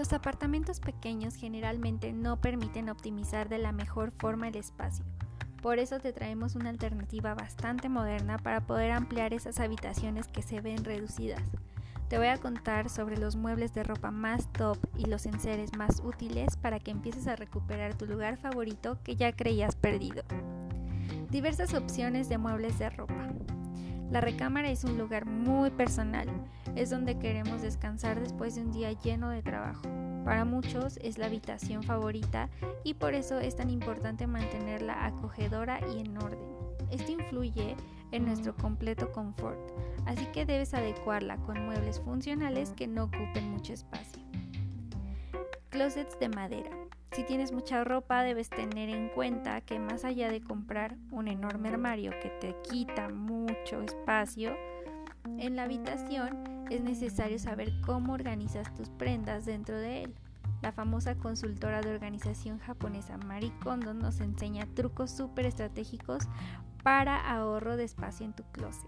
Los apartamentos pequeños generalmente no permiten optimizar de la mejor forma el espacio. Por eso te traemos una alternativa bastante moderna para poder ampliar esas habitaciones que se ven reducidas. Te voy a contar sobre los muebles de ropa más top y los enseres más útiles para que empieces a recuperar tu lugar favorito que ya creías perdido. Diversas opciones de muebles de ropa. La recámara es un lugar muy personal, es donde queremos descansar después de un día lleno de trabajo. Para muchos es la habitación favorita y por eso es tan importante mantenerla acogedora y en orden. Esto influye en nuestro completo confort, así que debes adecuarla con muebles funcionales que no ocupen mucho espacio. Closets de madera. Si tienes mucha ropa, debes tener en cuenta que más allá de comprar un enorme armario que te quita mucho espacio en la habitación, es necesario saber cómo organizas tus prendas dentro de él. La famosa consultora de organización japonesa Marie Kondo nos enseña trucos súper estratégicos para ahorro de espacio en tu closet.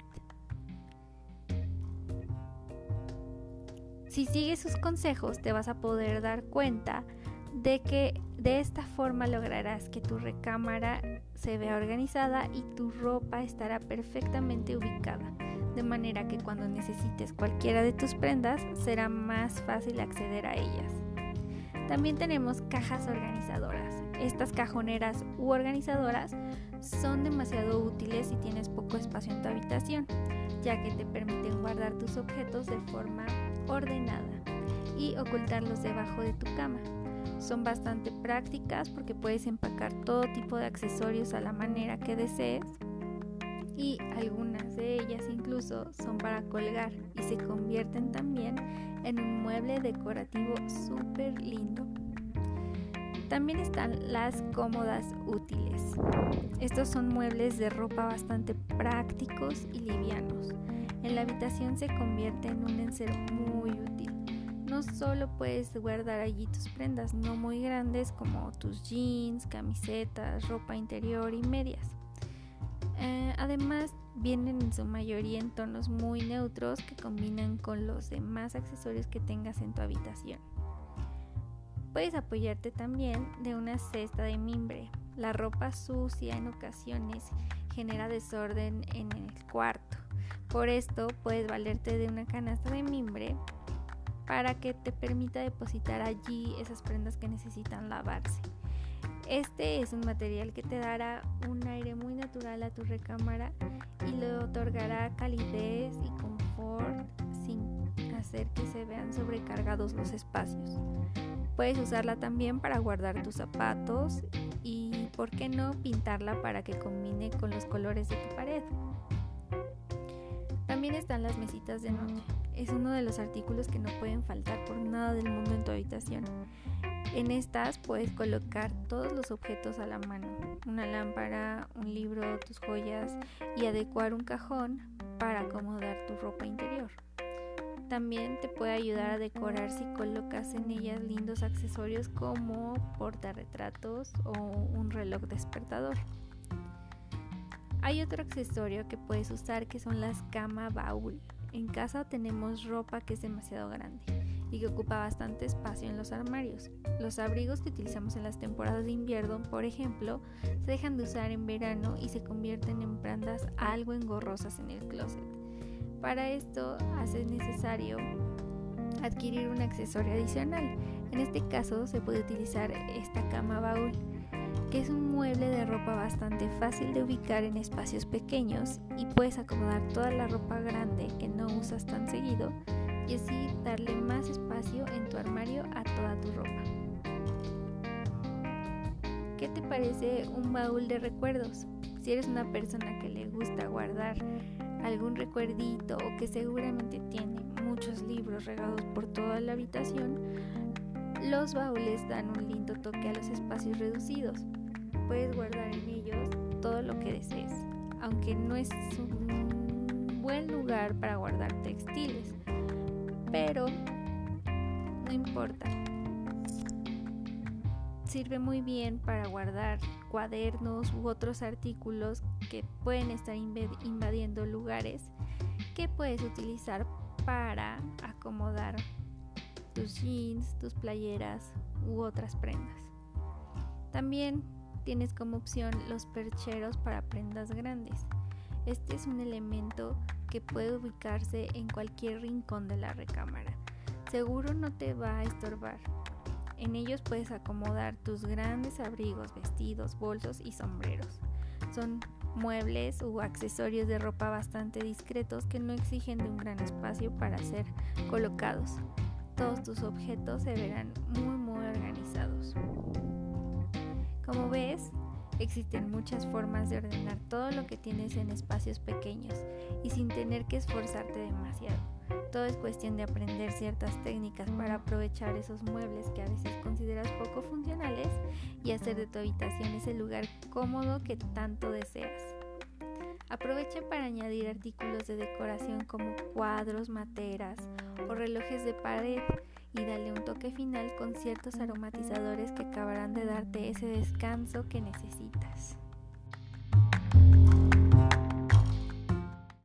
Si sigues sus consejos, te vas a poder dar cuenta de que de esta forma lograrás que tu recámara se vea organizada y tu ropa estará perfectamente ubicada, de manera que cuando necesites cualquiera de tus prendas será más fácil acceder a ellas. También tenemos cajas organizadoras. Estas cajoneras u organizadoras son demasiado útiles si tienes poco espacio en tu habitación, ya que te permiten guardar tus objetos de forma ordenada y ocultarlos debajo de tu cama. Son bastante prácticas porque puedes empacar todo tipo de accesorios a la manera que desees y algunas de ellas incluso son para colgar y se convierten también en un mueble decorativo súper lindo. También están las cómodas útiles. Estos son muebles de ropa bastante prácticos y livianos. En la habitación se convierte en un enser muy útil. No solo puedes guardar allí tus prendas no muy grandes como tus jeans, camisetas, ropa interior y medias. Además, vienen en su mayoría en tonos muy neutros que combinan con los demás accesorios que tengas en tu habitación. Puedes apoyarte también de una cesta de mimbre. La ropa sucia en ocasiones genera desorden en el cuarto. Por esto, puedes valerte de una canasta de mimbre para que te permita depositar allí esas prendas que necesitan lavarse. Este es un material que te dará un aire muy natural a tu recámara y le otorgará calidez y confort sin hacer que se vean sobrecargados los espacios. Puedes usarla también para guardar tus zapatos y, ¿por qué no, pintarla para que combine con los colores de tu pared? También están las mesitas de noche. Es uno de los artículos que no pueden faltar por nada del mundo en tu habitación. En estas puedes colocar todos los objetos a la mano, una lámpara, un libro, tus joyas y adecuar un cajón para acomodar tu ropa interior. También te puede ayudar a decorar si colocas en ellas lindos accesorios como portarretratos o un reloj despertador. Hay otro accesorio que puedes usar que son las cama baúl. En casa tenemos ropa que es demasiado grande y que ocupa bastante espacio en los armarios. Los abrigos que utilizamos en las temporadas de invierno, por ejemplo, se dejan de usar en verano y se convierten en prendas algo engorrosas en el closet. Para esto hace necesario adquirir un accesorio adicional. En este caso se puede utilizar esta cama baúl, que es un mueble de ropa bastante fácil de ubicar en espacios pequeños y puedes acomodar toda la ropa grande que no usas tan seguido y así darle más espacio en tu armario a toda tu ropa. ¿Qué te parece un baúl de recuerdos? Si eres una persona que le gusta guardar algún recuerdito o que seguramente tiene muchos libros regados por toda la habitación, los baúles dan un lindo toque a los espacios reducidos. Puedes guardar en ellos todo lo que desees, aunque no es un buen lugar para guardar textiles, pero no importa. Sirve muy bien para guardar cuadernos u otros artículos que pueden estar invadiendo lugares que puedes utilizar para acomodar tus jeans, tus playeras u otras prendas. También tienes como opción los percheros para prendas grandes. Este es un elemento que puede ubicarse en cualquier rincón de la recámara. Seguro no te va a estorbar. En ellos puedes acomodar tus grandes abrigos, vestidos, bolsos y sombreros. Son muebles u accesorios de ropa bastante discretos que no exigen de un gran espacio para ser colocados. Todos tus objetos se verán muy organizados. Como ves, existen muchas formas de ordenar todo lo que tienes en espacios pequeños y sin tener que esforzarte demasiado. Todo es cuestión de aprender ciertas técnicas para aprovechar esos muebles que a veces consideras poco funcionales y hacer de tu habitación ese lugar cómodo que tanto deseas. Aprovecha para añadir artículos de decoración como cuadros, materas o relojes de pared y dale un toque final con ciertos aromatizadores que acabarán de darte ese descanso que necesitas.